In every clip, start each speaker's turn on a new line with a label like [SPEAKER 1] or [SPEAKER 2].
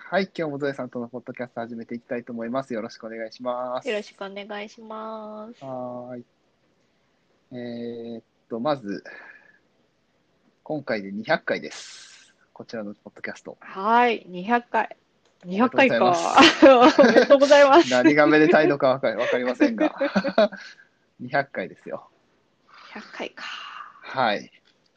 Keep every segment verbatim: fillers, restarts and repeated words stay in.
[SPEAKER 1] はい、今日もゾエさんとのポッドキャスト始めていきたいと思います。よろしくお願いしま
[SPEAKER 2] よろし
[SPEAKER 1] す。
[SPEAKER 2] くお願いします。
[SPEAKER 1] はーい。えーっと、まず、今回でにひゃっかいです。こちらのポッドキャスト。
[SPEAKER 2] はい、にひゃっかい。200
[SPEAKER 1] おめでとうございま
[SPEAKER 2] 回か。
[SPEAKER 1] す。
[SPEAKER 2] おめでとうございます。
[SPEAKER 1] 何がめでたいのかわかり、わかりませんが。にひゃっかいですよ。
[SPEAKER 2] ひゃっかいか。
[SPEAKER 1] はい。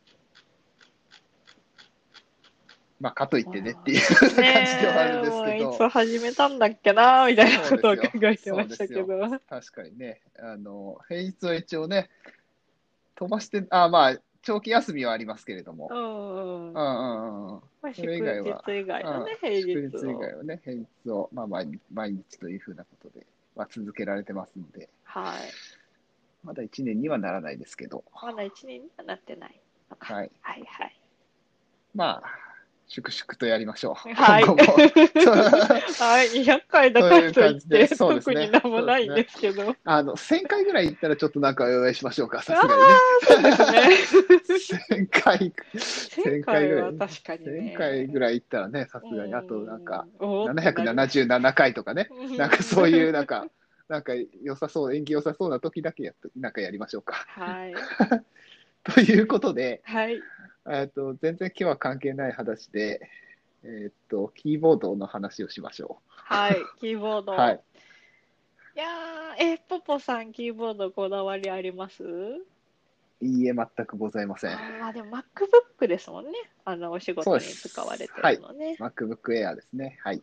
[SPEAKER 1] まあ、かといってねっていう
[SPEAKER 2] も
[SPEAKER 1] よう
[SPEAKER 2] う
[SPEAKER 1] な感じではあるん
[SPEAKER 2] ねえ、
[SPEAKER 1] です
[SPEAKER 2] もういつ
[SPEAKER 1] けど、
[SPEAKER 2] 始めたんだっけな、みたいな
[SPEAKER 1] そう
[SPEAKER 2] ことを考
[SPEAKER 1] ですよ。
[SPEAKER 2] えてまし
[SPEAKER 1] そうですよ。
[SPEAKER 2] たけど。
[SPEAKER 1] 確かにね。あの、平日は一応ね、飛ばして、あ、まあ、長期休みはありますけれども、
[SPEAKER 2] うんうん。
[SPEAKER 1] うんうんうん。
[SPEAKER 2] まあ、
[SPEAKER 1] それ以外
[SPEAKER 2] 祝日
[SPEAKER 1] は、
[SPEAKER 2] 以外
[SPEAKER 1] うん、
[SPEAKER 2] のね、平
[SPEAKER 1] 祝
[SPEAKER 2] 日を。
[SPEAKER 1] 日以外はね、平日を、まあ、毎日、毎日というふうなことで、まあ、続けられてますので、
[SPEAKER 2] はい。
[SPEAKER 1] まだいちねんにはならないですけど、
[SPEAKER 2] まだいちねんにはなってないのか。
[SPEAKER 1] はい。
[SPEAKER 2] はいはい。
[SPEAKER 1] まあ、粛々とやりましょう。今
[SPEAKER 2] はい。
[SPEAKER 1] 後も。
[SPEAKER 2] はい、にひゃっかいだ
[SPEAKER 1] という
[SPEAKER 2] からといっ
[SPEAKER 1] 感じで、
[SPEAKER 2] て、
[SPEAKER 1] そうですね。
[SPEAKER 2] 特になんもないんで
[SPEAKER 1] そうですね。
[SPEAKER 2] すけど。
[SPEAKER 1] あの、せんかいぐらい行ったらちょっとなんかお祝いしましょうか、さ
[SPEAKER 2] ああ、
[SPEAKER 1] すがにね。
[SPEAKER 2] そうですね。
[SPEAKER 1] せんかい、
[SPEAKER 2] 1000
[SPEAKER 1] せんかい
[SPEAKER 2] 回
[SPEAKER 1] ぐらい、
[SPEAKER 2] は確かに
[SPEAKER 1] せんかいぐ
[SPEAKER 2] ね。
[SPEAKER 1] らい行ったらね、さ
[SPEAKER 2] う
[SPEAKER 1] すがに、あとなんか、
[SPEAKER 2] ん、おーってなります。
[SPEAKER 1] ななひゃくななじゅうななかいとかね、
[SPEAKER 2] う
[SPEAKER 1] なんかそう
[SPEAKER 2] ん、
[SPEAKER 1] いうなんか、なんか良さそう、縁起良さそうな時だけやっと、なんかやりましょうか。
[SPEAKER 2] はい。
[SPEAKER 1] ということで、
[SPEAKER 2] はい。
[SPEAKER 1] えっと、全然今日は関係ない話で、えっと、キーボードの話をしましょう。
[SPEAKER 2] はい。キーボー
[SPEAKER 1] はい。
[SPEAKER 2] ド。いやー、え、ポポさん、キーボードこだわりあります？
[SPEAKER 1] いいえ、全くございません。
[SPEAKER 2] ああ、でも MacBook ですもんね。あの、お仕
[SPEAKER 1] そうで
[SPEAKER 2] 事に使われ
[SPEAKER 1] す。
[SPEAKER 2] て
[SPEAKER 1] はい。
[SPEAKER 2] るのね。
[SPEAKER 1] MacBook Air ですね。はい。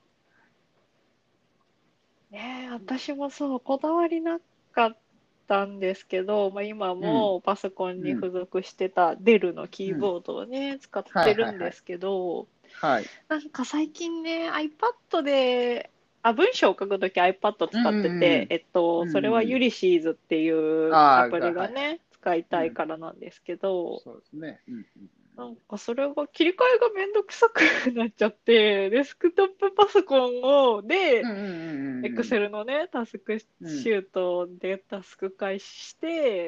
[SPEAKER 2] ねえ、私もそう、こだわりなかったんですけど、まあ、今
[SPEAKER 1] うん。
[SPEAKER 2] もパソコンに
[SPEAKER 1] うん。
[SPEAKER 2] 付属してたデルのキ
[SPEAKER 1] うん。
[SPEAKER 2] ーボードをね、使っ
[SPEAKER 1] はい
[SPEAKER 2] てる
[SPEAKER 1] はいはい。
[SPEAKER 2] んですけど、
[SPEAKER 1] はい。
[SPEAKER 2] なんか最近ね、iPad で、あ、文章を書くとき iPad
[SPEAKER 1] うん
[SPEAKER 2] 使ってて、
[SPEAKER 1] うん
[SPEAKER 2] えっと、
[SPEAKER 1] うん。
[SPEAKER 2] それは
[SPEAKER 1] うんうん。
[SPEAKER 2] ユリシーズっていうア
[SPEAKER 1] ああ、
[SPEAKER 2] プ
[SPEAKER 1] が、はいはい。
[SPEAKER 2] リがね、使いたい
[SPEAKER 1] うん。
[SPEAKER 2] からなんですけど、
[SPEAKER 1] そうですね。うんうん
[SPEAKER 2] なんかそれが切り替えがめんどくさくなっちゃって、デスクトップパソコンを、で、
[SPEAKER 1] うん。うんうんうん
[SPEAKER 2] Excel のね、タスク
[SPEAKER 1] うん。
[SPEAKER 2] シュートでタスク開始して、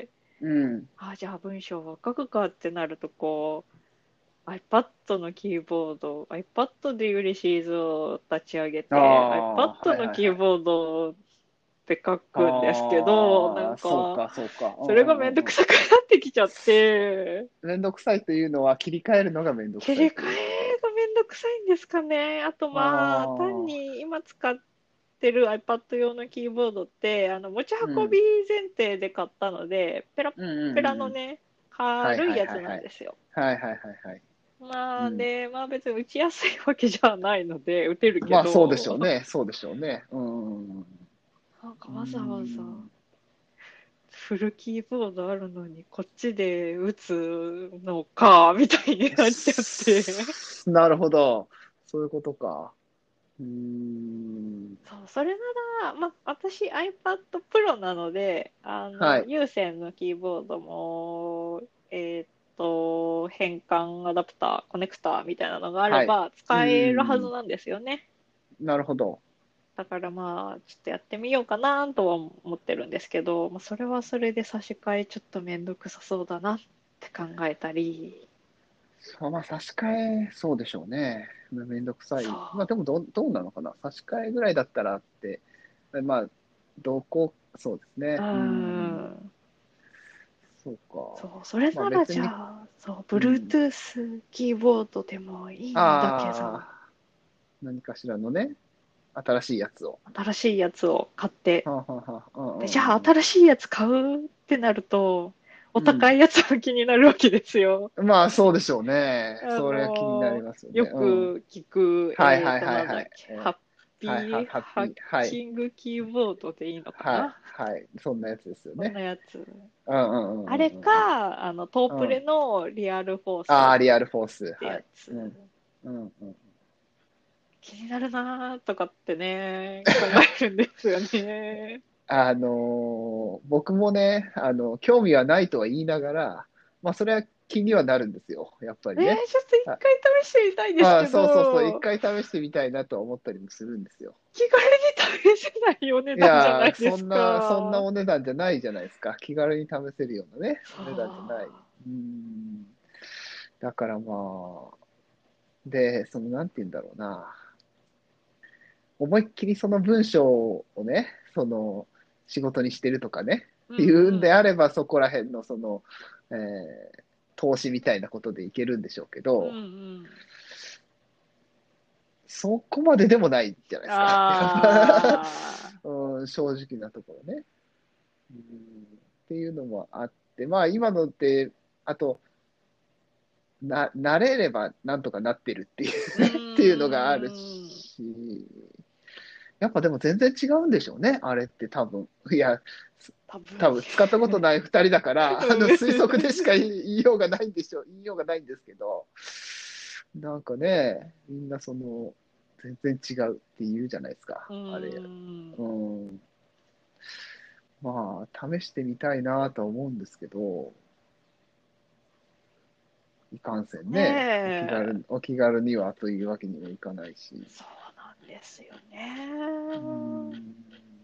[SPEAKER 1] うん。うん。
[SPEAKER 2] あ、じゃあ文章を書くかってなると、こう、iPad のキーボード、iPad でユリシーズを立ち上げ
[SPEAKER 1] あ
[SPEAKER 2] て、
[SPEAKER 1] あ、は
[SPEAKER 2] iPad
[SPEAKER 1] いはいはい。
[SPEAKER 2] のキーボードで書くんですけど、な
[SPEAKER 1] ああ、そう
[SPEAKER 2] んか、
[SPEAKER 1] かそうか。うん
[SPEAKER 2] それが
[SPEAKER 1] うんうんうん。
[SPEAKER 2] めんどくさくなってきちゃって、
[SPEAKER 1] めんどくさいというのは切り替えるのがめんどく
[SPEAKER 2] 切り替
[SPEAKER 1] さいという。
[SPEAKER 2] えがめんどくさいんですかね。あと
[SPEAKER 1] あ
[SPEAKER 2] まあ、単
[SPEAKER 1] あ、
[SPEAKER 2] に今使ってる iPad 用のキーボードって、あの持ち運び
[SPEAKER 1] うん。
[SPEAKER 2] 前提で買ったので、ペラッ
[SPEAKER 1] うんうん
[SPEAKER 2] ペラ
[SPEAKER 1] うんうん。
[SPEAKER 2] のね、
[SPEAKER 1] はいはい
[SPEAKER 2] 軽いやつ
[SPEAKER 1] はいはい。
[SPEAKER 2] なんですよ。
[SPEAKER 1] はいはいはいはい。
[SPEAKER 2] まあ、
[SPEAKER 1] うん。
[SPEAKER 2] で、まあ別に打ちやすいわけじゃないので、打てるけ
[SPEAKER 1] まあそうでしょう
[SPEAKER 2] ど、
[SPEAKER 1] ね。そうでしょうね。うん。う
[SPEAKER 2] なんか
[SPEAKER 1] ー
[SPEAKER 2] わざわざ
[SPEAKER 1] ん。
[SPEAKER 2] フルキーボードあるのに、こっちで打つのか、みたいになっちゃって。
[SPEAKER 1] すなるほど。そういうことか。うーん。
[SPEAKER 2] そう、それなら、まあ、私 iPad Pro なので、あの、
[SPEAKER 1] はい。
[SPEAKER 2] 有線のキーボードも、えーっと、変換アダプター、コネクターみたいなのがあれ
[SPEAKER 1] はい。
[SPEAKER 2] ば
[SPEAKER 1] う
[SPEAKER 2] 使えるはず
[SPEAKER 1] ん。
[SPEAKER 2] なんですよね。
[SPEAKER 1] なるほど。
[SPEAKER 2] だからまあ、ちょっとやってみようかなとは思ってるんですけど、まあ、それはそれで差し替えちょっとめんどくさそうだなって考えたり、
[SPEAKER 1] そう、まあ差し替え、そうでしょうね。めんどくさ
[SPEAKER 2] そ
[SPEAKER 1] い。まあでもどう、どうなのかな。差し替えぐらいだったらって、まあ、どこ、そうです
[SPEAKER 2] う。う
[SPEAKER 1] ね。うーん。
[SPEAKER 2] ん。
[SPEAKER 1] そうか。
[SPEAKER 2] そう、それ
[SPEAKER 1] まあ
[SPEAKER 2] なら
[SPEAKER 1] 別に、
[SPEAKER 2] じゃあ、そう、
[SPEAKER 1] うん。
[SPEAKER 2] Bluetooth キーボードでもいいんだけど、
[SPEAKER 1] ああ、何かしらのね、新しいやつを。
[SPEAKER 2] 新しいやつを買って、
[SPEAKER 1] はあ、はあはあ、うんう
[SPEAKER 2] で、じゃあ
[SPEAKER 1] んうん
[SPEAKER 2] 新しいやつ買うってなると、お
[SPEAKER 1] うん。
[SPEAKER 2] 高いやつが気になるわけですよ。
[SPEAKER 1] うん。まあそうでしょうね。
[SPEAKER 2] あ
[SPEAKER 1] それは気になり
[SPEAKER 2] の
[SPEAKER 1] ますよね。
[SPEAKER 2] よ
[SPEAKER 1] うん。
[SPEAKER 2] く聞く、
[SPEAKER 1] はいはい
[SPEAKER 2] えっと、
[SPEAKER 1] はいはい。
[SPEAKER 2] なんだっけ、ハ
[SPEAKER 1] え
[SPEAKER 2] ッ
[SPEAKER 1] ーはいはい、
[SPEAKER 2] ピーハッ
[SPEAKER 1] ハッピー。はい。
[SPEAKER 2] キングキーボードでいいのか
[SPEAKER 1] はい
[SPEAKER 2] な？
[SPEAKER 1] はい。そんなやつですよ
[SPEAKER 2] こんな
[SPEAKER 1] ね。
[SPEAKER 2] やつ。
[SPEAKER 1] うんうんう
[SPEAKER 2] あれ
[SPEAKER 1] んうん
[SPEAKER 2] か、あの、トー
[SPEAKER 1] うんうん。うん。
[SPEAKER 2] プレのリアルフォース
[SPEAKER 1] ああ、
[SPEAKER 2] っ
[SPEAKER 1] リアルフォース。
[SPEAKER 2] てや
[SPEAKER 1] はい。う
[SPEAKER 2] つ。
[SPEAKER 1] ん。うんうん。
[SPEAKER 2] 気になるなーとかってね、考えるんですよね。
[SPEAKER 1] あのー僕もね、あの、興味はないとは言いながら、まあそれは気にはなるんですよ。やっぱ
[SPEAKER 2] えー、
[SPEAKER 1] りね。
[SPEAKER 2] ちょっと一
[SPEAKER 1] あ
[SPEAKER 2] 回試してみたいんです
[SPEAKER 1] あ、
[SPEAKER 2] け
[SPEAKER 1] そうそうそう、一
[SPEAKER 2] ど、
[SPEAKER 1] 回試してみたいなとは思ったりもするんですよ。
[SPEAKER 2] 気軽に試せないお値
[SPEAKER 1] い
[SPEAKER 2] 段じゃな
[SPEAKER 1] やー、
[SPEAKER 2] いです
[SPEAKER 1] そんな、そんな
[SPEAKER 2] か。
[SPEAKER 1] お値段じゃないじゃないですか。気軽に試せるようなね、
[SPEAKER 2] そ
[SPEAKER 1] お値段じゃない。う
[SPEAKER 2] う。
[SPEAKER 1] ーん。だからまあ、で、その、なんて言うんだろうな。 思いっきりその文章をね、その仕事にしてるとかね、
[SPEAKER 2] うん
[SPEAKER 1] いうんで
[SPEAKER 2] うん
[SPEAKER 1] あれば、そこら辺のその、えー投資みたいなことでいけるんでしょうけ
[SPEAKER 2] うんう
[SPEAKER 1] ど、
[SPEAKER 2] ん。
[SPEAKER 1] そこまででもないじゃないですか。やっぱ、
[SPEAKER 2] ああ、
[SPEAKER 1] うん、正直なところね。うん、っていうのもあって、まあ今のって、あと、な、慣れればなんとかなってるっていう
[SPEAKER 2] う
[SPEAKER 1] っていうのがある
[SPEAKER 2] ーん。
[SPEAKER 1] し、やっぱでも全然違うんでしょうね、あれって多分。いや、
[SPEAKER 2] 多分。
[SPEAKER 1] 多分使ったことないふたりだから、あの
[SPEAKER 2] うん
[SPEAKER 1] 推測でしか言いようがないんでしょう、言いようがないんですけど、なんかね、みんなその、全然違うって言うじゃないですか、
[SPEAKER 2] う
[SPEAKER 1] あれ。
[SPEAKER 2] ん。
[SPEAKER 1] うん。まあ、試してみたいなとは思うんですけど、いかんせん
[SPEAKER 2] ね
[SPEAKER 1] ね、お気
[SPEAKER 2] え。
[SPEAKER 1] 軽、お気軽にはというわけにもいかないし。
[SPEAKER 2] そうなんですよ
[SPEAKER 1] うー
[SPEAKER 2] ね。
[SPEAKER 1] ん。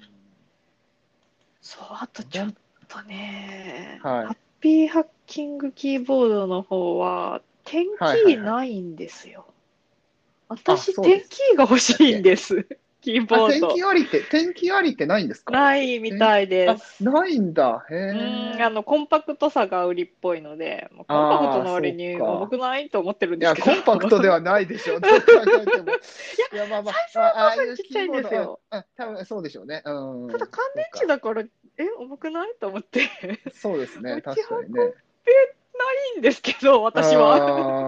[SPEAKER 2] そう、あとちょっ
[SPEAKER 1] 本
[SPEAKER 2] とね、
[SPEAKER 1] はい。
[SPEAKER 2] ハッピーハッキングキーボードの方は、点キー
[SPEAKER 1] はいはいはい。
[SPEAKER 2] ないんですよ。
[SPEAKER 1] あ、
[SPEAKER 2] 私、点
[SPEAKER 1] そうです
[SPEAKER 2] キーが欲しいん
[SPEAKER 1] だっけ。
[SPEAKER 2] です。キー
[SPEAKER 1] あ、
[SPEAKER 2] ボード。
[SPEAKER 1] 天気ありって、天気ありってないんですか？
[SPEAKER 2] ないみ
[SPEAKER 1] 天
[SPEAKER 2] たいで
[SPEAKER 1] あ、
[SPEAKER 2] す。
[SPEAKER 1] ないんだ。へ
[SPEAKER 2] うーん、あ
[SPEAKER 1] え。
[SPEAKER 2] の、コンパクトさが売りっぽいので、まあコンパクト
[SPEAKER 1] ああ、
[SPEAKER 2] の割
[SPEAKER 1] そう
[SPEAKER 2] に重
[SPEAKER 1] か。
[SPEAKER 2] くないと思ってるん
[SPEAKER 1] いや、
[SPEAKER 2] ですけど。
[SPEAKER 1] コンパクトではないでしょう。どう考えても。
[SPEAKER 2] いや、
[SPEAKER 1] いや、まあまあ、
[SPEAKER 2] サイズ
[SPEAKER 1] まあ、ああいう
[SPEAKER 2] は多分ちっちゃいん
[SPEAKER 1] キーボード、うん、
[SPEAKER 2] ですよ。
[SPEAKER 1] うん、多分そうでしょうね。うん、
[SPEAKER 2] ただ乾電
[SPEAKER 1] そうか。
[SPEAKER 2] 池だから、え、重くないと思って。
[SPEAKER 1] そうですね。
[SPEAKER 2] 持ち運
[SPEAKER 1] 確かにね。
[SPEAKER 2] べないんですけど、
[SPEAKER 1] あ
[SPEAKER 2] 私は。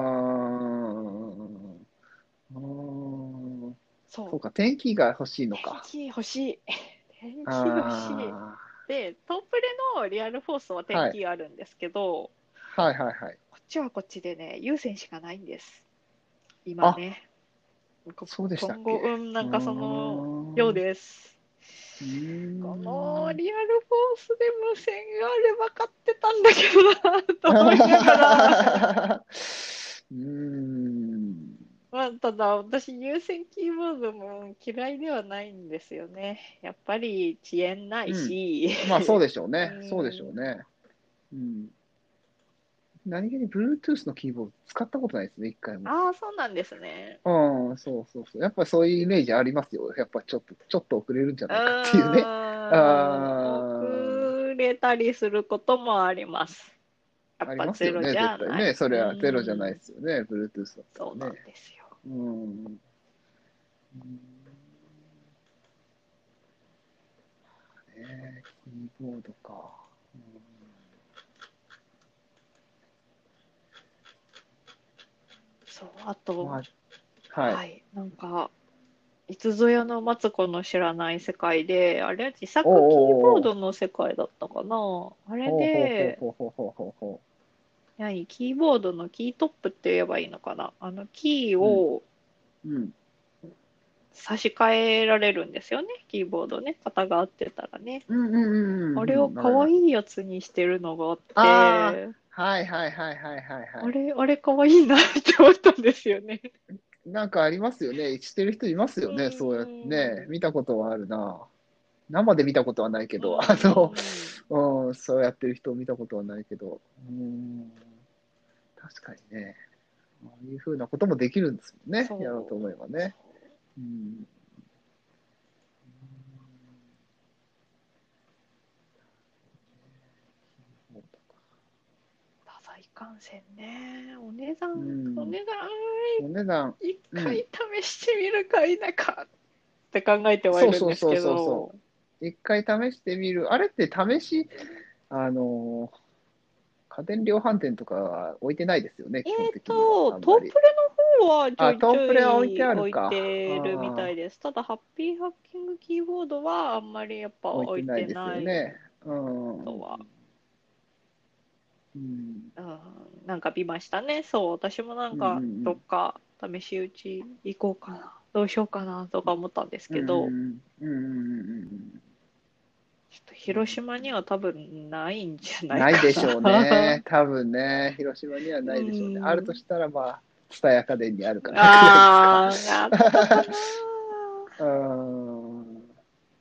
[SPEAKER 1] ーあー、そう
[SPEAKER 2] そう。
[SPEAKER 1] か、天気が欲しいのか。
[SPEAKER 2] 電気欲しい。電
[SPEAKER 1] あ
[SPEAKER 2] 気欲しい。
[SPEAKER 1] あ、
[SPEAKER 2] で、トープレのリアルフォースは電
[SPEAKER 1] はい。
[SPEAKER 2] 気あるんですけど、
[SPEAKER 1] はいはいはい。
[SPEAKER 2] こっちはこっちでね、有線しかないんです。今
[SPEAKER 1] あ、
[SPEAKER 2] ね。こ
[SPEAKER 1] そうでしたっ
[SPEAKER 2] 今後、
[SPEAKER 1] け。
[SPEAKER 2] うん、な
[SPEAKER 1] うー
[SPEAKER 2] んかその
[SPEAKER 1] ん。う
[SPEAKER 2] ようです。
[SPEAKER 1] ー
[SPEAKER 2] この
[SPEAKER 1] ん。
[SPEAKER 2] リアルフォースで無線があれば買ってたんだけどな、と思いながら。
[SPEAKER 1] うーん。
[SPEAKER 2] まあ、ただ、私、有線キーボードも嫌いではないんですよね。やっぱり遅延ない
[SPEAKER 1] うん。
[SPEAKER 2] し、
[SPEAKER 1] まあそうでしょう
[SPEAKER 2] う
[SPEAKER 1] ね。そうでしょう
[SPEAKER 2] ん、
[SPEAKER 1] ね。うん。何気に Bluetooth のキーボード使ったことないですね、一回も。
[SPEAKER 2] ああ、そうなんですね。
[SPEAKER 1] うん、そうそうそう。やっぱそういうイメージありますよ。やっぱちょっと、ちょっと遅れるんじゃ
[SPEAKER 2] う
[SPEAKER 1] ないかっていうね。あ
[SPEAKER 2] ーん、遅れたりすることもあります。やっ
[SPEAKER 1] あり
[SPEAKER 2] ぱ
[SPEAKER 1] ますよね、
[SPEAKER 2] ゼロじ
[SPEAKER 1] 絶対ね。
[SPEAKER 2] ゃない。う
[SPEAKER 1] それはゼロじゃないで
[SPEAKER 2] ん、
[SPEAKER 1] すよね、Bluetooth だった
[SPEAKER 2] そうなん
[SPEAKER 1] らね。
[SPEAKER 2] ですよ。
[SPEAKER 1] うん。うんね、キーボードか。うん
[SPEAKER 2] そう、あと、
[SPEAKER 1] まあ、はい。
[SPEAKER 2] はい、なんか、いつぞやのマツコの知らない世界で、あれ、自
[SPEAKER 1] おう
[SPEAKER 2] 作キーボー
[SPEAKER 1] おうおう
[SPEAKER 2] ドの世界だったかな。あれ
[SPEAKER 1] ほうほうほう
[SPEAKER 2] で、
[SPEAKER 1] ほうほうほうほうほ
[SPEAKER 2] 何、キーボードのキートップって言えばいいのかな。あの、キー
[SPEAKER 1] う。うん。
[SPEAKER 2] を
[SPEAKER 1] うん。
[SPEAKER 2] 差し替えられるんですよね、キーボードね。型が合ってたらね。
[SPEAKER 1] うんうんうんうんうん。わ
[SPEAKER 2] あれを可
[SPEAKER 1] かります。
[SPEAKER 2] 愛いやつにしてるのがあっ
[SPEAKER 1] あ
[SPEAKER 2] て、
[SPEAKER 1] あ、はいはいはいはいはいはい。
[SPEAKER 2] あれ、あれ可愛いなって思ったんですよね。
[SPEAKER 1] なんかありますよね。してる人います
[SPEAKER 2] う
[SPEAKER 1] よね。そうやってね。
[SPEAKER 2] ーん。
[SPEAKER 1] 見たことはあるな。生で見たことはないけ
[SPEAKER 2] う
[SPEAKER 1] ど、あの、
[SPEAKER 2] ーん。
[SPEAKER 1] うん、そうやってる人を見たことはないけど、うん、確かにね。ああいうふうなこともできるんですもんね。やろうと思え
[SPEAKER 2] そう。そ
[SPEAKER 1] ばね。うん。
[SPEAKER 2] う。ただいかんせんね。お値段、
[SPEAKER 1] うん。
[SPEAKER 2] お値段、
[SPEAKER 1] お値段、
[SPEAKER 2] 一
[SPEAKER 1] うん。
[SPEAKER 2] 回試してみるか否かって考えてはい
[SPEAKER 1] そう
[SPEAKER 2] るんですけ
[SPEAKER 1] そうそうそうそ
[SPEAKER 2] ど、
[SPEAKER 1] う。一回試してみる。あれって試し、あの、家電量販店とかは置いてないですよね、
[SPEAKER 2] え
[SPEAKER 1] 基本
[SPEAKER 2] ー
[SPEAKER 1] 的には、
[SPEAKER 2] と、
[SPEAKER 1] あんまり。
[SPEAKER 2] トープレの方はちょ
[SPEAKER 1] あ、
[SPEAKER 2] いちょ
[SPEAKER 1] トープレは置いてある
[SPEAKER 2] い置い
[SPEAKER 1] か。
[SPEAKER 2] てるみたい
[SPEAKER 1] ああ、
[SPEAKER 2] です。ただ、ハッピーハッキングキーボードはあんまりやっぱ
[SPEAKER 1] 置い
[SPEAKER 2] 置いて
[SPEAKER 1] てないです
[SPEAKER 2] ない
[SPEAKER 1] よね。うん。
[SPEAKER 2] とは、
[SPEAKER 1] うん。
[SPEAKER 2] うん、なんか見ましたね。そう、私もなん
[SPEAKER 1] うんう
[SPEAKER 2] かどっ
[SPEAKER 1] ん
[SPEAKER 2] か試し打ち行こうかな、どうしようかなとか思ったんです
[SPEAKER 1] うん。う
[SPEAKER 2] けど、
[SPEAKER 1] んうんうんうん。
[SPEAKER 2] ちょっと広島には多分ないんじゃない
[SPEAKER 1] ない
[SPEAKER 2] か
[SPEAKER 1] でしょう
[SPEAKER 2] な。
[SPEAKER 1] ね。多分ね、広島には
[SPEAKER 2] う
[SPEAKER 1] ないでしょうね。あると
[SPEAKER 2] ん。
[SPEAKER 1] したら、まあ、蔦屋家電にあるかなくらいですか。
[SPEAKER 2] あー、あったかな。
[SPEAKER 1] うーん。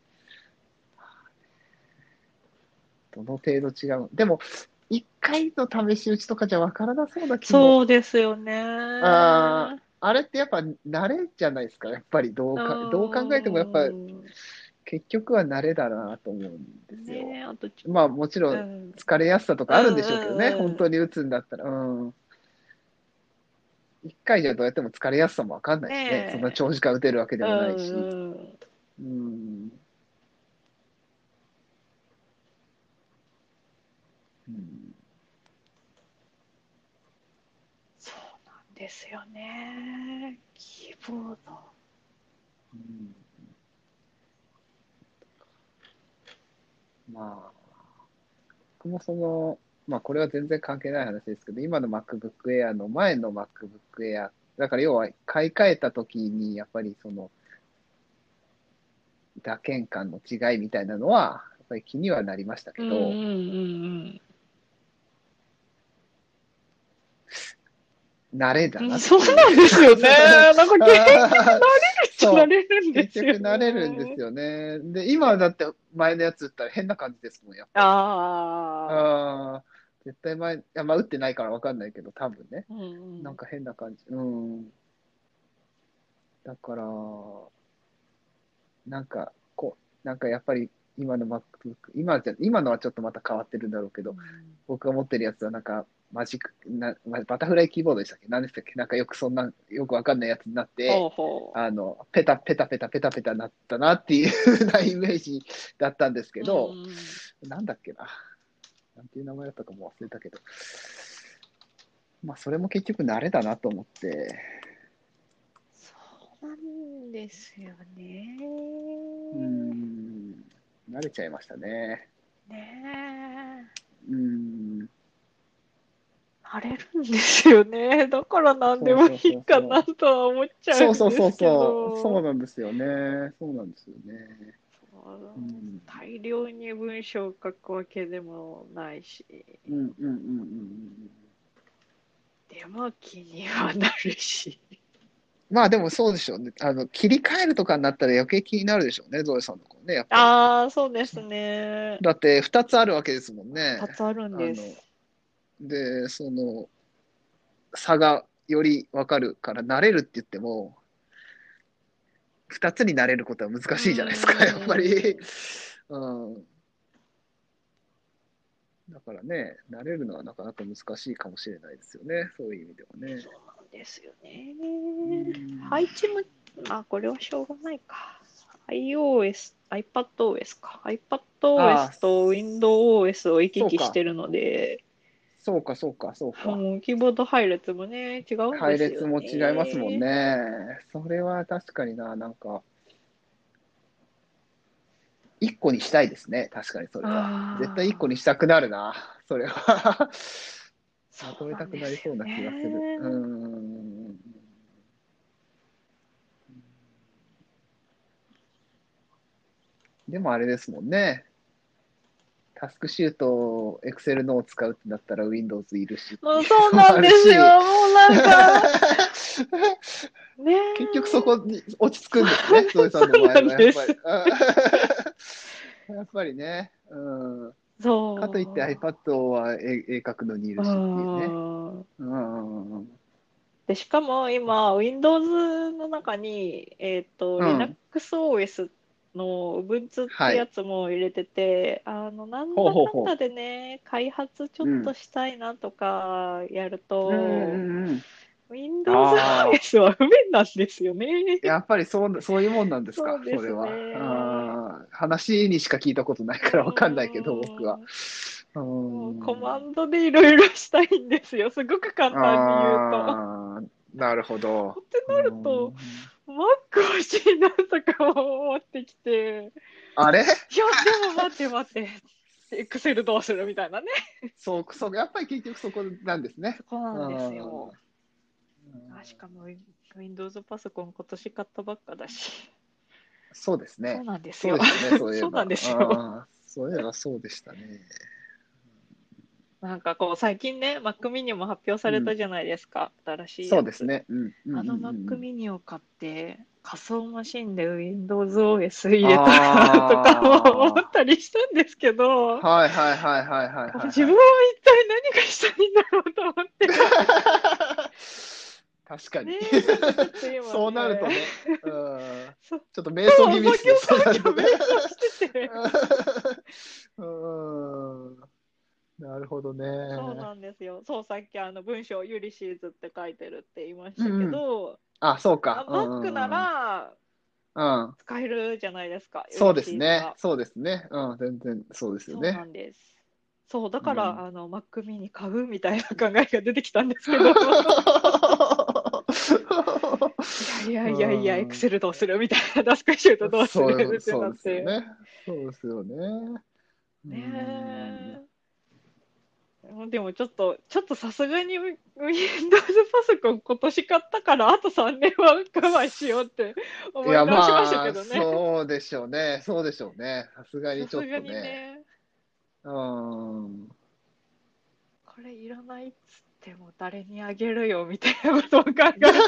[SPEAKER 1] どの程度違う。でも、一回の試し打ちとかじゃわからなそうな気も。
[SPEAKER 2] そうですよ
[SPEAKER 1] あ
[SPEAKER 2] ね。
[SPEAKER 1] あれってやっぱ慣れじゃないですか、やっぱりどう
[SPEAKER 2] う
[SPEAKER 1] か、どう考えてもやっぱ
[SPEAKER 2] ーん。
[SPEAKER 1] 結局は慣れだなと思うんですよ。
[SPEAKER 2] ねえ、あとち
[SPEAKER 1] まあもちろん
[SPEAKER 2] うん。
[SPEAKER 1] 疲れやすさと
[SPEAKER 2] うん
[SPEAKER 1] かあるんでしょうけどね、
[SPEAKER 2] うんうん。
[SPEAKER 1] 本当に打つんだったら。うん。一回じゃどうやっても疲れやすさもわかんないしね、そんな
[SPEAKER 2] ね
[SPEAKER 1] 長時間打てるわけで
[SPEAKER 2] え。う
[SPEAKER 1] もないし。
[SPEAKER 2] んうん。
[SPEAKER 1] うん。うん。
[SPEAKER 2] そうなんですよね。キーボード。
[SPEAKER 1] うん、まあ、僕もその、まあこれは全然関係ない話ですけど、今の MacBook Air の前の MacBook Air、だから要は買い替えた時にやっぱりその打鍵感の違いみたいなのは、やっぱり気にはなりましたけ
[SPEAKER 2] うんうん
[SPEAKER 1] ど、
[SPEAKER 2] うん
[SPEAKER 1] 慣れだ
[SPEAKER 2] うん。
[SPEAKER 1] なっ
[SPEAKER 2] そう
[SPEAKER 1] ていう。
[SPEAKER 2] なんですよね。なんか結局慣れるっちゃ慣
[SPEAKER 1] そう。
[SPEAKER 2] れるんで
[SPEAKER 1] 結
[SPEAKER 2] すよ
[SPEAKER 1] 局慣れるんです
[SPEAKER 2] ね。
[SPEAKER 1] よね。で、今だって前のやつ打ったら変な感じですもん、やっぱり。
[SPEAKER 2] ああ。
[SPEAKER 1] ああ、絶対前、いや、まあ打ってないからわかんないけど、多分ね。
[SPEAKER 2] うんうん。
[SPEAKER 1] なんか変な感じ。うん。だから、なんか、こう、なんかやっぱり今の MacBook、今じゃ、今のはちょっとまた変わってるんだろうけど、
[SPEAKER 2] うん
[SPEAKER 1] 僕が持ってるやつはなんか、マジック、な、まバタフライキーボードでしたっけ？何でしたっけ？なんかよくそんな、よくわかんないやつになっ
[SPEAKER 2] ほう
[SPEAKER 1] て、
[SPEAKER 2] ほ
[SPEAKER 1] あの、ペタペタペタペタペタなったなっていう風なイメージだったんですけ
[SPEAKER 2] う。う
[SPEAKER 1] ど、
[SPEAKER 2] ん。
[SPEAKER 1] なんだっけな。なんていう名前だったかも忘れたけど、まあ、それも結局慣れだなと思って、
[SPEAKER 2] そうなんですよね。
[SPEAKER 1] うーん、慣れちゃいましたね。
[SPEAKER 2] ねえ。
[SPEAKER 1] うーん、
[SPEAKER 2] 慣れるんですよね。だから何でもい
[SPEAKER 1] そうそうそう
[SPEAKER 2] いかな
[SPEAKER 1] そう。
[SPEAKER 2] とは思っちゃう
[SPEAKER 1] そうそうそう
[SPEAKER 2] んですけ
[SPEAKER 1] そう、そう
[SPEAKER 2] ど、
[SPEAKER 1] なんですよね。そうなんですよね。う
[SPEAKER 2] そう
[SPEAKER 1] ん、
[SPEAKER 2] 大量に文章を書くわけでもないし、
[SPEAKER 1] うん、うん、うん、うんうん。
[SPEAKER 2] でも気にはなるし。
[SPEAKER 1] まあでもそうでしょうね。あの、切り替えるとかになったら余計気になるでしょうね、ゾエさんの子ね、やっぱり。
[SPEAKER 2] ああ、そうですね。
[SPEAKER 1] だってふたつあるわけですもんね。
[SPEAKER 2] 二つあるん
[SPEAKER 1] あの、
[SPEAKER 2] です。
[SPEAKER 1] で、その、差がよりわかるから慣れるって言っても、二つになれることは難
[SPEAKER 2] う
[SPEAKER 1] しいじゃないですか、やっぱり。
[SPEAKER 2] ーん。
[SPEAKER 1] うん。だからね、慣れるのはなかなか難しいかもしれないですよね、そういう意味ではね。
[SPEAKER 2] そうなんですよね。
[SPEAKER 1] うん。
[SPEAKER 2] 配置も、まあ、これはしょうがないか。iOS、iPadOS か。
[SPEAKER 1] ああ、
[SPEAKER 2] iPadOS と WindowOS を行き
[SPEAKER 1] そうか、
[SPEAKER 2] 来してるので、
[SPEAKER 1] そうか、そうか、そうか。
[SPEAKER 2] もうキーボード配列もね、違うんで
[SPEAKER 1] 配
[SPEAKER 2] すよ
[SPEAKER 1] 列も違いますもん
[SPEAKER 2] ね。
[SPEAKER 1] ね。それは確かにな、なんか、一個にしたいですね、確かにそれは。絶対一個に
[SPEAKER 2] ああ、
[SPEAKER 1] したくなるな、それは。
[SPEAKER 2] そ
[SPEAKER 1] まとめた
[SPEAKER 2] うなんですよ
[SPEAKER 1] くなりそうな気がする。う
[SPEAKER 2] ね。
[SPEAKER 1] ん。でもあれですもんね。タスクシュート、エクセルのを使うってなったら Windows いるしってい
[SPEAKER 2] もうそう
[SPEAKER 1] うのも
[SPEAKER 2] なんですよ。
[SPEAKER 1] あるし、
[SPEAKER 2] もうなんか、ね
[SPEAKER 1] 結局そ
[SPEAKER 2] え。
[SPEAKER 1] こに落ち着く
[SPEAKER 2] そう、
[SPEAKER 1] んですね、ゾエさんの
[SPEAKER 2] そう
[SPEAKER 1] 場合
[SPEAKER 2] なんです。
[SPEAKER 1] はやっぱり。やっぱりね、うん。かといって
[SPEAKER 2] そ
[SPEAKER 1] iPad は絵絵描くのにい
[SPEAKER 2] う。
[SPEAKER 1] るしっていうね。
[SPEAKER 2] うん。
[SPEAKER 1] うん。うん。
[SPEAKER 2] で、しかも今、Windows の中に、えっと、
[SPEAKER 1] うん。
[SPEAKER 2] LinuxOS の Ubuntu って
[SPEAKER 1] はい。
[SPEAKER 2] やつも入れてて、あの、なん
[SPEAKER 1] ほう
[SPEAKER 2] だ
[SPEAKER 1] ほうほ
[SPEAKER 2] かんだでね、開発ちょっ
[SPEAKER 1] う。うん。
[SPEAKER 2] としたいなとかやる
[SPEAKER 1] うんう
[SPEAKER 2] と、
[SPEAKER 1] んうん。ああ。
[SPEAKER 2] WindowsOS は不便なんですよね。
[SPEAKER 1] やっぱりそう、そういうもんなんですか、
[SPEAKER 2] そうです
[SPEAKER 1] それは。
[SPEAKER 2] ね。
[SPEAKER 1] あー話にしか聞いたことない
[SPEAKER 2] う
[SPEAKER 1] からわかんないけど、僕は。
[SPEAKER 2] ーん。
[SPEAKER 1] うー
[SPEAKER 2] もうコマ
[SPEAKER 1] ん。
[SPEAKER 2] ンドでいろいろしたいんですよ。すごく簡単に言うと。
[SPEAKER 1] ああ、なるほど。
[SPEAKER 2] って
[SPEAKER 1] うー
[SPEAKER 2] なると、
[SPEAKER 1] ん。
[SPEAKER 2] Mac 欲しいなとか思ってきて、
[SPEAKER 1] あれ
[SPEAKER 2] いや、でも待って待って、Excel どうするみたいなね。
[SPEAKER 1] そう、そう、やっぱり結局そこなんですね。
[SPEAKER 2] そこな
[SPEAKER 1] う
[SPEAKER 2] んです
[SPEAKER 1] ん。
[SPEAKER 2] よ。あ、しかも Windows パソコン今年買ったばっかだし。
[SPEAKER 1] そうです
[SPEAKER 2] そう
[SPEAKER 1] ね。
[SPEAKER 2] なんですよ。
[SPEAKER 1] そうですね、そういえ
[SPEAKER 2] そうなん
[SPEAKER 1] ば。
[SPEAKER 2] ですよ。
[SPEAKER 1] ああ、そういえばそうでしたね。
[SPEAKER 2] なんかこう、最近ね、Mac mini も発表さ
[SPEAKER 1] うん。
[SPEAKER 2] れたじゃないですか。新しいやつ。
[SPEAKER 1] そうですね。うん、うん、うん、う
[SPEAKER 2] あの
[SPEAKER 1] ん。う
[SPEAKER 2] Mac
[SPEAKER 1] ん。
[SPEAKER 2] mini を買って、仮想マシンで WindowsOS 入れたらとかも思っ
[SPEAKER 1] あ
[SPEAKER 2] たりしたんですけ
[SPEAKER 1] あ、
[SPEAKER 2] ど、
[SPEAKER 1] はいはいはいはいはいはいはい。
[SPEAKER 2] 自分は一体何がしたいんだろうと思って。
[SPEAKER 1] 確かに。
[SPEAKER 2] ねえ、なんかちょっと今ね、
[SPEAKER 1] そうなるとね、うん、
[SPEAKER 2] そ
[SPEAKER 1] ちょっと瞑想気味ですね。
[SPEAKER 2] そう、
[SPEAKER 1] そうなるとね。
[SPEAKER 2] そう、今日瞑想してて。
[SPEAKER 1] うん、なるほど
[SPEAKER 2] そう
[SPEAKER 1] ね。
[SPEAKER 2] なんですよ。そう、さっきあの文章、ユリシーズって書いてるって言いましたけ
[SPEAKER 1] うんうん。
[SPEAKER 2] ど、
[SPEAKER 1] あ、そう
[SPEAKER 2] あ、
[SPEAKER 1] か。う
[SPEAKER 2] Mac な
[SPEAKER 1] んうん
[SPEAKER 2] ら
[SPEAKER 1] うん。うん。
[SPEAKER 2] 使えるじゃないですか、ユ
[SPEAKER 1] そう
[SPEAKER 2] リ
[SPEAKER 1] ですね。
[SPEAKER 2] シーズが。
[SPEAKER 1] そうですね。うん、全然そうですよ
[SPEAKER 2] そうな
[SPEAKER 1] ね。
[SPEAKER 2] んです。そう、だから、
[SPEAKER 1] うん。
[SPEAKER 2] あの、Mac mini 買うみたいな考えが出てきたんですけど、いやいや
[SPEAKER 1] う
[SPEAKER 2] いやいや、
[SPEAKER 1] ん。
[SPEAKER 2] Excel どうするみたいな、タスクシュートどうす
[SPEAKER 1] そう、
[SPEAKER 2] るって
[SPEAKER 1] そうですよ
[SPEAKER 2] なって。
[SPEAKER 1] ね。そうですよね。う
[SPEAKER 2] ね
[SPEAKER 1] ん。
[SPEAKER 2] え。でもちょっと、ちょっとさすがに Windows パソコン今年買ったから、あとさんねんは我慢しようって思い
[SPEAKER 1] いや、
[SPEAKER 2] 直しました
[SPEAKER 1] まあ、
[SPEAKER 2] けどね。
[SPEAKER 1] そうでしょうね。そうでしょうね。さすがにちょっ
[SPEAKER 2] さすが
[SPEAKER 1] とね。
[SPEAKER 2] にね、
[SPEAKER 1] うん。
[SPEAKER 2] これいらないっつっても誰にあげるよみたいなことを考えて、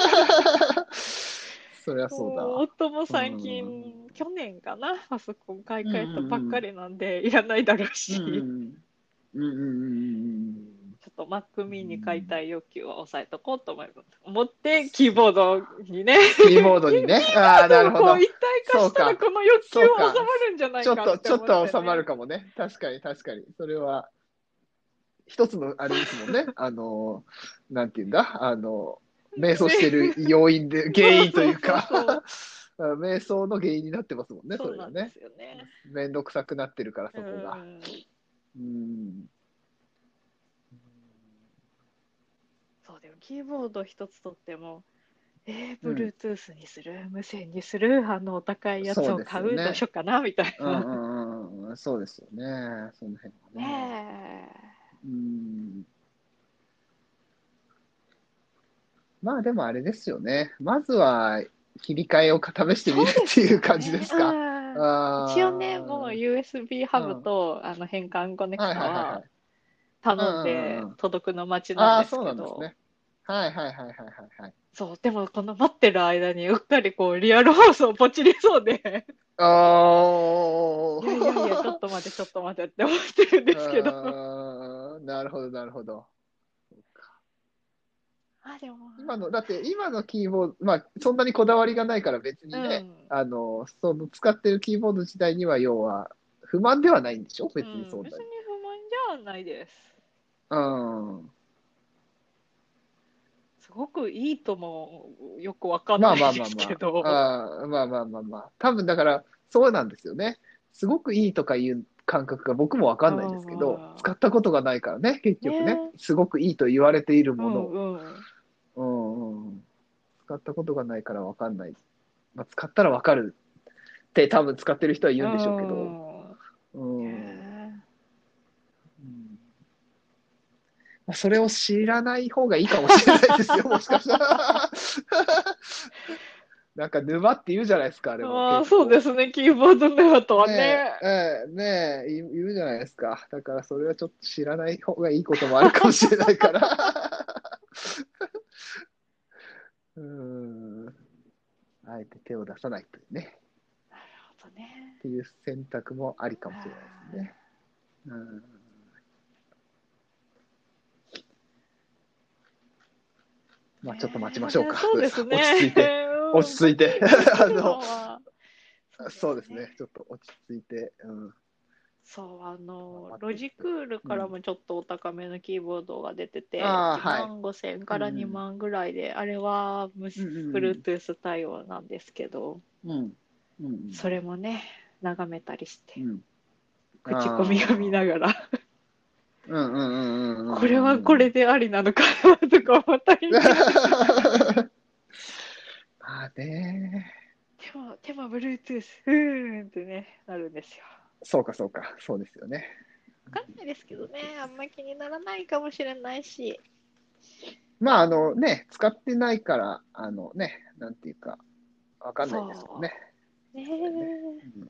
[SPEAKER 1] そりゃそう
[SPEAKER 2] もう
[SPEAKER 1] だ。
[SPEAKER 2] 夫も
[SPEAKER 1] う
[SPEAKER 2] 最
[SPEAKER 1] ん。
[SPEAKER 2] 近、去年かな、パソコン買い
[SPEAKER 1] うん
[SPEAKER 2] 替えたばっ
[SPEAKER 1] うん
[SPEAKER 2] かりなんで、いらないだろう
[SPEAKER 1] うん。
[SPEAKER 2] し、
[SPEAKER 1] うんうんうんうんうん
[SPEAKER 2] ちょっと Mac
[SPEAKER 1] う
[SPEAKER 2] mini 買いた
[SPEAKER 1] ん。
[SPEAKER 2] い欲求は抑えとこうと思います。思って、キーボードにね、
[SPEAKER 1] キーボードにね。ああ、なるほど。
[SPEAKER 2] でもこう一体化したら
[SPEAKER 1] そうか。
[SPEAKER 2] この欲求は収
[SPEAKER 1] そうか。
[SPEAKER 2] まるんじゃない
[SPEAKER 1] ちょっと、
[SPEAKER 2] かって思っ
[SPEAKER 1] ちょっと収まる
[SPEAKER 2] てね。
[SPEAKER 1] かもね。確かに、確かに。それは、一つの、あれですもんね。あの、なんていうんだ。あの、瞑想してる
[SPEAKER 2] ね、
[SPEAKER 1] 要因で、原因と
[SPEAKER 2] そうそう
[SPEAKER 1] いうか
[SPEAKER 2] そうそう。
[SPEAKER 1] 瞑想の原因になってますもんね、そ
[SPEAKER 2] そうなんで
[SPEAKER 1] れがね。
[SPEAKER 2] すよね。
[SPEAKER 1] めんどくさくなってるから、
[SPEAKER 2] う
[SPEAKER 1] そこが。
[SPEAKER 2] ん。
[SPEAKER 1] うん。
[SPEAKER 2] そう、でもキーボード一つとっても、えー、
[SPEAKER 1] うん。
[SPEAKER 2] Bluetooth にする無線にするあのお高いやつ
[SPEAKER 1] そうです
[SPEAKER 2] を買うどうし
[SPEAKER 1] よね。
[SPEAKER 2] ようかなみたい
[SPEAKER 1] うん
[SPEAKER 2] な。
[SPEAKER 1] うんうんうん。そうですよね。その辺はね。
[SPEAKER 2] ね
[SPEAKER 1] うん。まあでもあれですよね。まずは切り替えを試してみるって
[SPEAKER 2] そうです
[SPEAKER 1] いう感じで
[SPEAKER 2] よね。
[SPEAKER 1] すか。
[SPEAKER 2] うん。一応ね、もう
[SPEAKER 1] あ
[SPEAKER 2] ユーエスビー
[SPEAKER 1] あ、
[SPEAKER 2] ハブ
[SPEAKER 1] うん。
[SPEAKER 2] とあの変換コネク
[SPEAKER 1] はい
[SPEAKER 2] タは
[SPEAKER 1] はいはいはい。うん
[SPEAKER 2] 頼ん
[SPEAKER 1] うんうんうん。
[SPEAKER 2] で届くの待ちなん
[SPEAKER 1] ああ、
[SPEAKER 2] です
[SPEAKER 1] そう
[SPEAKER 2] けど、
[SPEAKER 1] なんですね。はいはいはいはいはいはい。
[SPEAKER 2] そう、でもこの待ってる間にうっかりこうリアル放送ポチりそうで、いやいやいや、ちょっ
[SPEAKER 1] あ
[SPEAKER 2] と待って、ちょっと待ってって思ってるんですけど。
[SPEAKER 1] あ、なるほどなるほど。
[SPEAKER 2] あ、でも、
[SPEAKER 1] 今の、だって今のキーボード、まあそんなにこだわりがないから別にね、
[SPEAKER 2] うん。
[SPEAKER 1] あの、その使ってるキーボード自体には要は不満ではないんでしょ別に
[SPEAKER 2] うん、別に
[SPEAKER 1] そんなに。
[SPEAKER 2] 不満じゃないです。
[SPEAKER 1] うん。
[SPEAKER 2] すごくいいともよくわかん
[SPEAKER 1] まあまあ
[SPEAKER 2] ないです
[SPEAKER 1] まあま
[SPEAKER 2] けど。
[SPEAKER 1] あ、あーまあまあまあまあ。多分だから、そうなんですよね。すごくいいとかいう感覚が僕もわかんないですけど、
[SPEAKER 2] ああ、
[SPEAKER 1] 使ったことがないからね、結局ね。
[SPEAKER 2] ね。
[SPEAKER 1] すごくいいと言われている
[SPEAKER 2] うん
[SPEAKER 1] ものを。
[SPEAKER 2] うん。
[SPEAKER 1] うんうん、使ったことがないからわかんない。まあ、使ったらわかるって多分使ってる人は言
[SPEAKER 2] う
[SPEAKER 1] うんでしょうけど、
[SPEAKER 2] ん。
[SPEAKER 1] うん、うん
[SPEAKER 2] ね
[SPEAKER 1] まあ、それを知らない方がいいかもしれないですよ、もしかしたら。なんか沼って言うじゃないですか、あれも
[SPEAKER 2] ああ、
[SPEAKER 1] 結構。
[SPEAKER 2] そうですね。キーボードネオとは
[SPEAKER 1] ね
[SPEAKER 2] ね。
[SPEAKER 1] え、ええ、ねえ、言う言うじゃないですか。だからそれはちょっと知らない方がいいこともあるかもしれないから。うーん。あえて手を出さないというね。
[SPEAKER 2] なるほどね。
[SPEAKER 1] っていう選択もありかもしれないです
[SPEAKER 2] あ
[SPEAKER 1] ね。うん。
[SPEAKER 2] ー
[SPEAKER 1] まあちょっと待ちましょう
[SPEAKER 2] ね、
[SPEAKER 1] か。
[SPEAKER 2] そうです
[SPEAKER 1] 落ち着いて。
[SPEAKER 2] ね。
[SPEAKER 1] 落
[SPEAKER 2] うん、ポチ
[SPEAKER 1] ち着いて。
[SPEAKER 2] ッとす
[SPEAKER 1] あ
[SPEAKER 2] る
[SPEAKER 1] の、
[SPEAKER 2] のは、そうですね。
[SPEAKER 1] そうですね。ちょっと落ち着いて。うん。
[SPEAKER 2] そう、あの、ロジ
[SPEAKER 1] 待ってて。
[SPEAKER 2] クール
[SPEAKER 1] うん。
[SPEAKER 2] からもちょっとお高めのキーボードが出てて、
[SPEAKER 1] ああ、
[SPEAKER 2] 1
[SPEAKER 1] はい。
[SPEAKER 2] 万ごせんから
[SPEAKER 1] うんうん。
[SPEAKER 2] にまんぐらいで、あれは無
[SPEAKER 1] うんうんうん。
[SPEAKER 2] Bluetooth 対応なんですけど、
[SPEAKER 1] うん。うんうん
[SPEAKER 2] それもね、眺めたりして、
[SPEAKER 1] うん。
[SPEAKER 2] 口コミを見な
[SPEAKER 1] ああ。
[SPEAKER 2] がら、
[SPEAKER 1] うんうんうんうん
[SPEAKER 2] これ
[SPEAKER 1] うんうんうん。
[SPEAKER 2] はこれでありなのかなとか思ったりして。
[SPEAKER 1] まあね。
[SPEAKER 2] でも、でも Bluetooth、うーんってね、なるんですよ。
[SPEAKER 1] そうかそうか。そうですよね。
[SPEAKER 2] わかんないですけどね、あんま気にならないかもしれないし。
[SPEAKER 1] まああのね、使ってないから、あのね、なんていうか、わかんないですもんね。
[SPEAKER 2] そう。ね
[SPEAKER 1] それね。
[SPEAKER 2] え。
[SPEAKER 1] うん。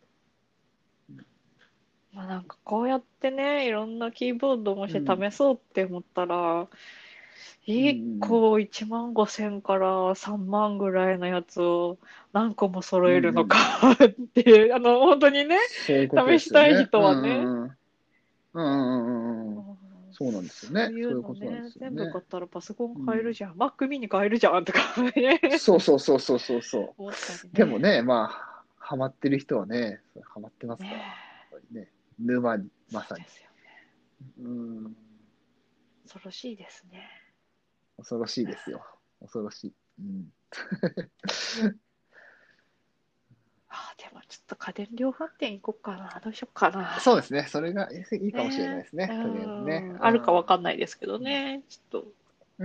[SPEAKER 2] まあなんかこうやってね、いろんなキーボードもし
[SPEAKER 1] うん。
[SPEAKER 2] 試そうって思ったら、
[SPEAKER 1] うんう
[SPEAKER 2] 1
[SPEAKER 1] ん
[SPEAKER 2] 個いちまんごせんからさんまんぐらいのやつを何個も揃
[SPEAKER 1] うん。
[SPEAKER 2] えるのか
[SPEAKER 1] うんうん。
[SPEAKER 2] っていう、あの、本当にね、
[SPEAKER 1] そういうことで
[SPEAKER 2] 試したい
[SPEAKER 1] すよね。うんう
[SPEAKER 2] 人はね。
[SPEAKER 1] んうん。うんうんうんうん。
[SPEAKER 2] うん、
[SPEAKER 1] そうなんですよね。
[SPEAKER 2] そうい
[SPEAKER 1] そういう
[SPEAKER 2] うのね、
[SPEAKER 1] ことなんですよ
[SPEAKER 2] 全部買
[SPEAKER 1] ね。
[SPEAKER 2] ったらパソコン
[SPEAKER 1] うん。
[SPEAKER 2] 買えるじゃん、Mac mini 買えるじゃんとかね、
[SPEAKER 1] そうそうそうそうそうそ
[SPEAKER 2] 思ったり
[SPEAKER 1] う。でも
[SPEAKER 2] ね。
[SPEAKER 1] ね、まあ、ハマってる人はね、それハマってますから、やっ
[SPEAKER 2] ね
[SPEAKER 1] ぱりね、沼に、
[SPEAKER 2] え、そ
[SPEAKER 1] まさに。
[SPEAKER 2] うですよね。
[SPEAKER 1] うん。
[SPEAKER 2] 恐ろしいですね。
[SPEAKER 1] 恐ろしいですよ。恐ろしい。うん。
[SPEAKER 2] ああ、でもちょっと家電量販店行こうかな。どうしようかな。
[SPEAKER 1] そうですね。それがいいかもしれない
[SPEAKER 2] ねえ、う
[SPEAKER 1] ですね。とりあえずね。
[SPEAKER 2] ん、
[SPEAKER 1] うん。
[SPEAKER 2] あるかわかんないですけど
[SPEAKER 1] うん。
[SPEAKER 2] ね。ちょっと、
[SPEAKER 1] うん。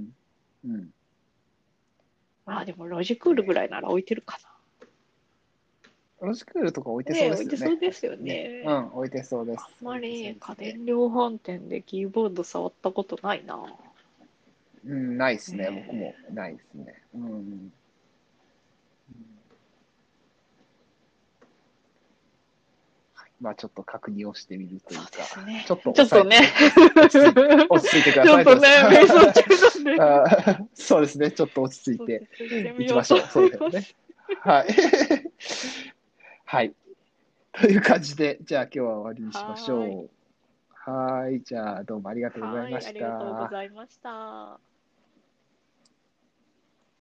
[SPEAKER 1] うん。うん。
[SPEAKER 2] まあでもロジクールぐ
[SPEAKER 1] ね、
[SPEAKER 2] らいなら置いてるか
[SPEAKER 1] ロジクールとか置いて
[SPEAKER 2] な。
[SPEAKER 1] そう
[SPEAKER 2] ねえ、置いてそう
[SPEAKER 1] ですよね。
[SPEAKER 2] ですよ
[SPEAKER 1] 確かにね。う
[SPEAKER 2] ね。
[SPEAKER 1] ん。置いてそうで
[SPEAKER 2] あん
[SPEAKER 1] す。置いてそう
[SPEAKER 2] まり
[SPEAKER 1] ですね。
[SPEAKER 2] 家電量販店でキーボード触ったことないな。
[SPEAKER 1] うん。ないですね。僕も
[SPEAKER 2] ね
[SPEAKER 1] ないですね。うん。まあちょっと確認をしてみる
[SPEAKER 2] え、そうで
[SPEAKER 1] というか、
[SPEAKER 2] すね。
[SPEAKER 1] ちょっと
[SPEAKER 2] ちょっとね。
[SPEAKER 1] 抑えてね、落ち着いて、落ち着いてください、
[SPEAKER 2] ちょっとね、
[SPEAKER 1] トヨさん。
[SPEAKER 2] 瞑想中なんで、
[SPEAKER 1] あーそうですね、ちょっと落ち着いて
[SPEAKER 2] 落ち着いてみようと思
[SPEAKER 1] いきましょう。そろそろね。
[SPEAKER 2] います。
[SPEAKER 1] はい。はい。という感じで、じゃあ今日は終わりにしまし
[SPEAKER 2] はーい。
[SPEAKER 1] ょう。はい。じゃあどうもありがとうござい
[SPEAKER 2] はい、あ
[SPEAKER 1] まし
[SPEAKER 2] りがとうご
[SPEAKER 1] た。
[SPEAKER 2] ざいました。